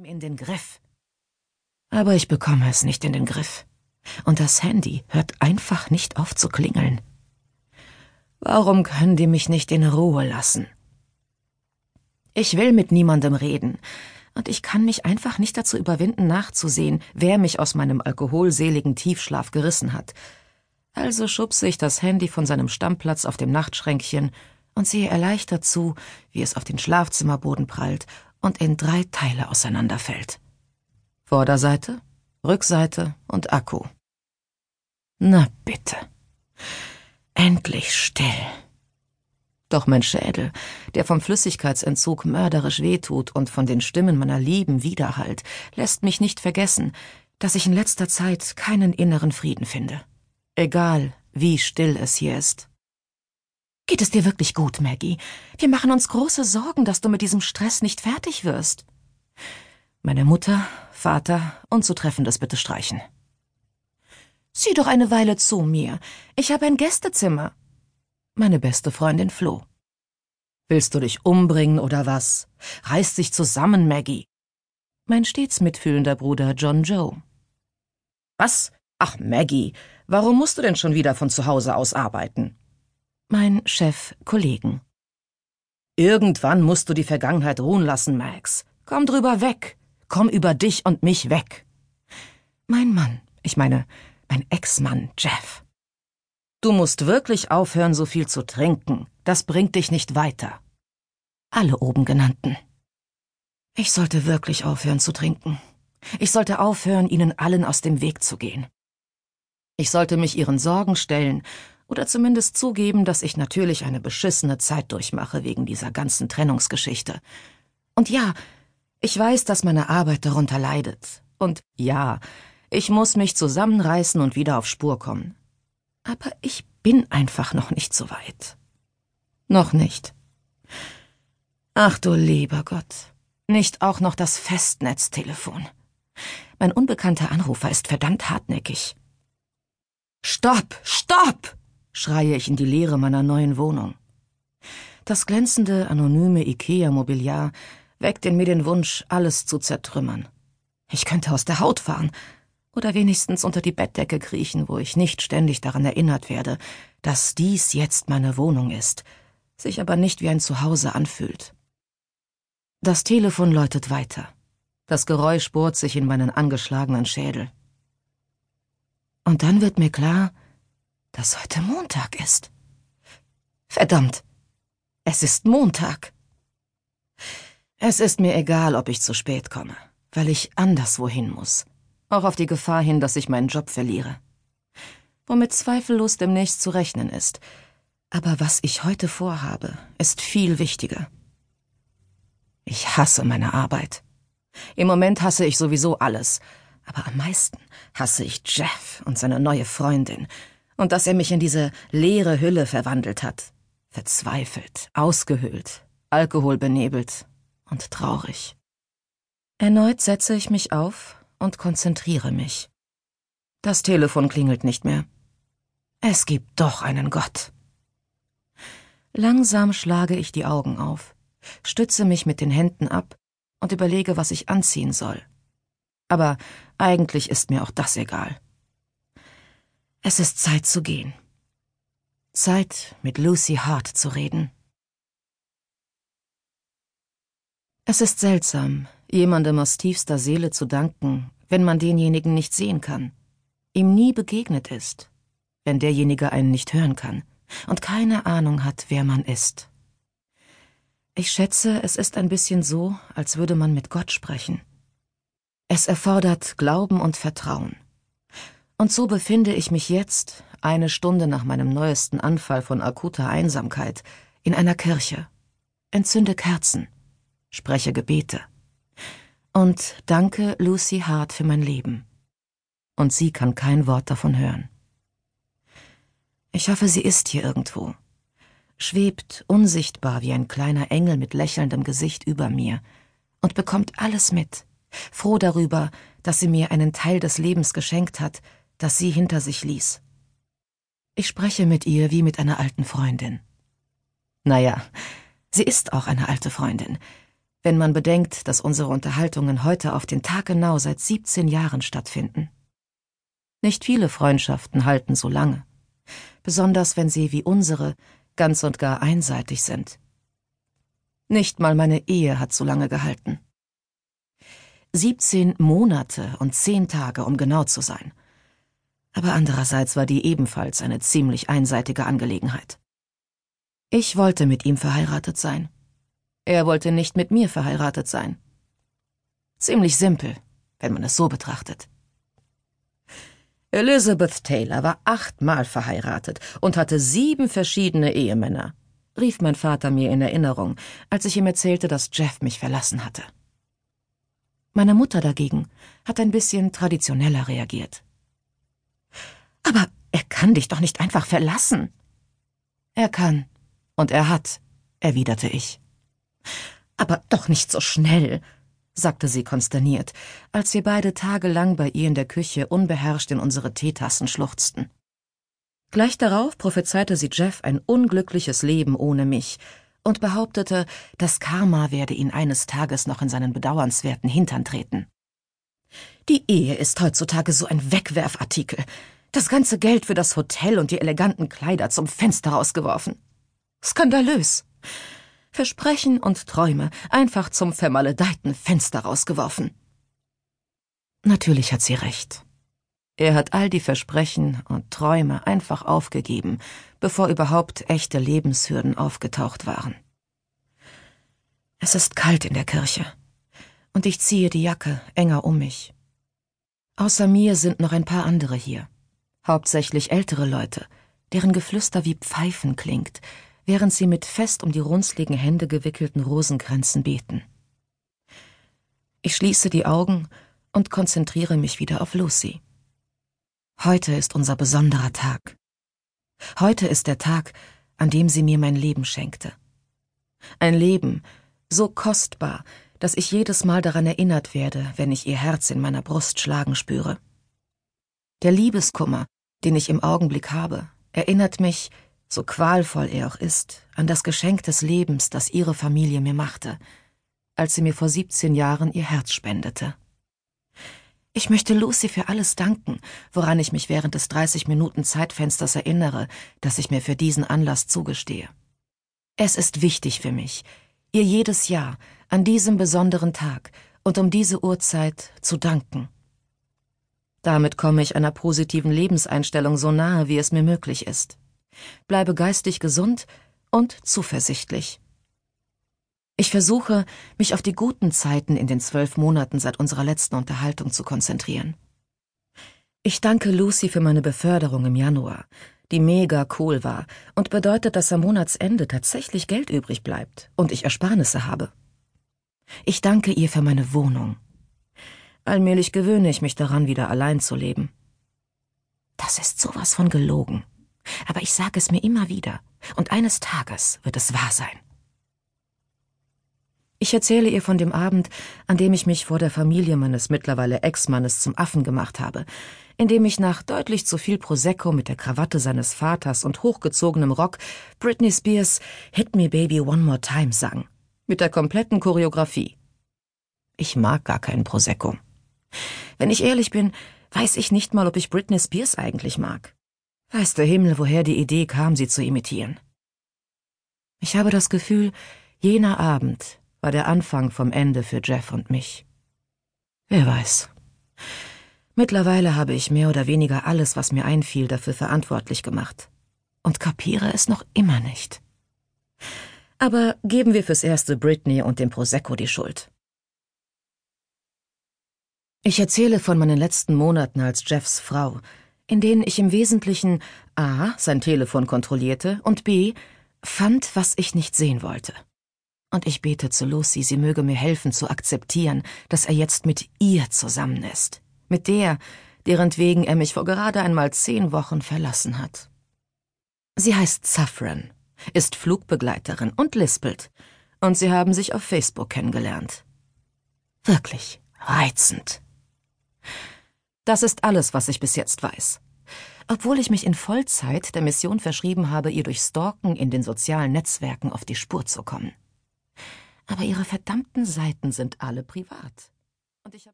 in den Griff. Aber ich bekomme es nicht in den Griff. Und das Handy hört einfach nicht auf zu klingeln. Warum können die mich nicht in Ruhe lassen? Ich will mit niemandem reden. Und ich kann mich einfach nicht dazu überwinden, nachzusehen, wer mich aus meinem alkoholseligen Tiefschlaf gerissen hat. Also schubse ich das Handy von seinem Stammplatz auf dem Nachtschränkchen und sehe erleichtert zu, wie es auf den Schlafzimmerboden prallt und in 3 Teile auseinanderfällt. Vorderseite, Rückseite und Akku. Na bitte. Endlich still. Doch mein Schädel, der vom Flüssigkeitsentzug mörderisch wehtut und von den Stimmen meiner Lieben widerhallt, lässt mich nicht vergessen, dass ich in letzter Zeit keinen inneren Frieden finde. Egal, wie still es hier ist. Geht es dir wirklich gut, Maggie? Wir machen uns große Sorgen, dass du mit diesem Stress nicht fertig wirst. Meine Mutter, Vater, Unzutreffendes bitte streichen. Sieh doch eine Weile zu mir. Ich habe ein Gästezimmer. Meine beste Freundin Flo. Willst du dich umbringen oder was? Reiß dich zusammen, Maggie. Mein stets mitfühlender Bruder John Joe. Was? Ach, Maggie, warum musst du denn schon wieder von zu Hause aus arbeiten? Mein Chef, Kollegen. Irgendwann musst du die Vergangenheit ruhen lassen, Max. Komm drüber weg. Komm über dich und mich weg. Mein Mann, ich meine, mein Ex-Mann, Jeff. Du musst wirklich aufhören, so viel zu trinken. Das bringt dich nicht weiter. Alle oben genannten. Ich sollte wirklich aufhören zu trinken. Ich sollte aufhören, ihnen allen aus dem Weg zu gehen. Ich sollte mich ihren Sorgen stellen oder zumindest zugeben, dass ich natürlich eine beschissene Zeit durchmache wegen dieser ganzen Trennungsgeschichte. Und ja, ich weiß, dass meine Arbeit darunter leidet. Und ja, ich muss mich zusammenreißen und wieder auf Spur kommen. Aber ich bin einfach noch nicht so weit. Noch nicht. Ach du lieber Gott, nicht auch noch das Festnetztelefon. Mein unbekannter Anrufer ist verdammt hartnäckig. Stopp, stopp! Schreie ich in die Leere meiner neuen Wohnung. Das glänzende, anonyme IKEA-Mobiliar weckt in mir den Wunsch, alles zu zertrümmern. Ich könnte aus der Haut fahren oder wenigstens unter die Bettdecke kriechen, wo ich nicht ständig daran erinnert werde, dass dies jetzt meine Wohnung ist, sich aber nicht wie ein Zuhause anfühlt. Das Telefon läutet weiter. Das Geräusch bohrt sich in meinen angeschlagenen Schädel. Und dann wird mir klar, dass heute Montag ist. Verdammt, es ist Montag. Es ist mir egal, ob ich zu spät komme, weil ich anderswohin muss. Auch auf die Gefahr hin, dass ich meinen Job verliere. Womit zweifellos demnächst zu rechnen ist. Aber was ich heute vorhabe, ist viel wichtiger. Ich hasse meine Arbeit. Im Moment hasse ich sowieso alles. Aber am meisten hasse ich Jeff und seine neue Freundin. Und dass er mich in diese leere Hülle verwandelt hat. Verzweifelt, ausgehöhlt, alkoholbenebelt und traurig. Erneut setze ich mich auf und konzentriere mich. Das Telefon klingelt nicht mehr. Es gibt doch einen Gott. Langsam schlage ich die Augen auf, stütze mich mit den Händen ab und überlege, was ich anziehen soll. Aber eigentlich ist mir auch das egal. Es ist Zeit zu gehen. Zeit, mit Lucy Hart zu reden. Es ist seltsam, jemandem aus tiefster Seele zu danken, wenn man denjenigen nicht sehen kann, ihm nie begegnet ist, wenn derjenige einen nicht hören kann und keine Ahnung hat, wer man ist. Ich schätze, es ist ein bisschen so, als würde man mit Gott sprechen. Es erfordert Glauben und Vertrauen. Und so befinde ich mich jetzt, 1 Stunde nach meinem neuesten Anfall von akuter Einsamkeit, in einer Kirche, entzünde Kerzen, spreche Gebete und danke Lucy Hart für mein Leben. Und sie kann kein Wort davon hören. Ich hoffe, sie ist hier irgendwo, schwebt unsichtbar wie ein kleiner Engel mit lächelndem Gesicht über mir und bekommt alles mit, froh darüber, dass sie mir einen Teil des Lebens geschenkt hat, das sie hinter sich ließ. Ich spreche mit ihr wie mit einer alten Freundin. Naja, sie ist auch eine alte Freundin, wenn man bedenkt, dass unsere Unterhaltungen heute auf den Tag genau seit 17 Jahren stattfinden. Nicht viele Freundschaften halten so lange, besonders wenn sie wie unsere ganz und gar einseitig sind. Nicht mal meine Ehe hat so lange gehalten. 17 Monate und 10 Tage, um genau zu sein. Aber andererseits war die ebenfalls eine ziemlich einseitige Angelegenheit. Ich wollte mit ihm verheiratet sein. Er wollte nicht mit mir verheiratet sein. Ziemlich simpel, wenn man es so betrachtet. Elizabeth Taylor war 8-mal verheiratet und hatte 7 verschiedene Ehemänner, rief mein Vater mir in Erinnerung, als ich ihm erzählte, dass Jeff mich verlassen hatte. Meine Mutter dagegen hat ein bisschen traditioneller reagiert. »Aber er kann dich doch nicht einfach verlassen!« »Er kann und er hat«, erwiderte ich. »Aber doch nicht so schnell«, sagte sie konsterniert, als wir beide tagelang bei ihr in der Küche unbeherrscht in unsere Teetassen schluchzten. Gleich darauf prophezeite sie Jeff ein unglückliches Leben ohne mich und behauptete, das Karma werde ihn eines Tages noch in seinen bedauernswerten Hintern treten. »Die Ehe ist heutzutage so ein Wegwerfartikel. Das ganze Geld für das Hotel und die eleganten Kleider zum Fenster rausgeworfen. Skandalös. Versprechen und Träume einfach zum vermaledeiten Fenster rausgeworfen.« Natürlich hat sie recht. Er hat all die Versprechen und Träume einfach aufgegeben, bevor überhaupt echte Lebenshürden aufgetaucht waren. Es ist kalt in der Kirche und ich ziehe die Jacke enger um mich. Außer mir sind noch ein paar andere hier, hauptsächlich ältere Leute, deren Geflüster wie Pfeifen klingt, während sie mit fest um die runzligen Hände gewickelten Rosenkränzen beten. Ich schließe die Augen und konzentriere mich wieder auf Lucy. Heute ist unser besonderer Tag. Heute ist der Tag, an dem sie mir mein Leben schenkte. Ein Leben, so kostbar, dass ich jedes Mal daran erinnert werde, wenn ich ihr Herz in meiner Brust schlagen spüre. Der Liebeskummer, den ich im Augenblick habe, erinnert mich, so qualvoll er auch ist, an das Geschenk des Lebens, das ihre Familie mir machte, als sie mir vor 17 Jahren ihr Herz spendete. Ich möchte Lucy für alles danken, woran ich mich während des 30-Minuten-Zeitfensters erinnere, das ich mir für diesen Anlass zugestehe. Es ist wichtig für mich, ihr jedes Jahr, an diesem besonderen Tag und um diese Uhrzeit zu danken. Damit komme ich einer positiven Lebenseinstellung so nahe, wie es mir möglich ist. Bleibe geistig gesund und zuversichtlich. Ich versuche, mich auf die guten Zeiten in den 12 Monaten seit unserer letzten Unterhaltung zu konzentrieren. Ich danke Lucy für meine Beförderung im Januar, die mega cool war und bedeutet, dass am Monatsende tatsächlich Geld übrig bleibt und ich Ersparnisse habe. Ich danke ihr für meine Wohnung. Allmählich gewöhne ich mich daran, wieder allein zu leben. Das ist sowas von gelogen. Aber ich sage es mir immer wieder, und eines Tages wird es wahr sein. Ich erzähle ihr von dem Abend, an dem ich mich vor der Familie meines mittlerweile Ex-Mannes zum Affen gemacht habe, indem ich nach deutlich zu viel Prosecco mit der Krawatte seines Vaters und hochgezogenem Rock Britney Spears »Hit Me Baby One More Time« sang, mit der kompletten Choreografie. Ich mag gar keinen Prosecco. Wenn ich ehrlich bin, weiß ich nicht mal, ob ich Britney Spears eigentlich mag. Weiß der Himmel, woher die Idee kam, sie zu imitieren. Ich habe das Gefühl, jener Abend war der Anfang vom Ende für Jeff und mich. Wer weiß. Mittlerweile habe ich mehr oder weniger alles, was mir einfiel, dafür verantwortlich gemacht. Und kapiere es noch immer nicht. Aber geben wir fürs Erste Britney und dem Prosecco die Schuld. Ich erzähle von meinen letzten Monaten als Jeffs Frau, in denen ich im Wesentlichen a. sein Telefon kontrollierte und b. fand, was ich nicht sehen wollte. Und ich bete zu Lucy, sie möge mir helfen zu akzeptieren, dass er jetzt mit ihr zusammen ist. Mit der, deretwegen er mich vor gerade einmal 10 Wochen verlassen hat. Sie heißt Saffron, ist Flugbegleiterin und lispelt. Und sie haben sich auf Facebook kennengelernt. Wirklich reizend. Das ist alles, was ich bis jetzt weiß. Obwohl ich mich in Vollzeit der Mission verschrieben habe, ihr durch Stalken in den sozialen Netzwerken auf die Spur zu kommen. Aber Ihre verdammten Seiten sind alle privat. Und ich habe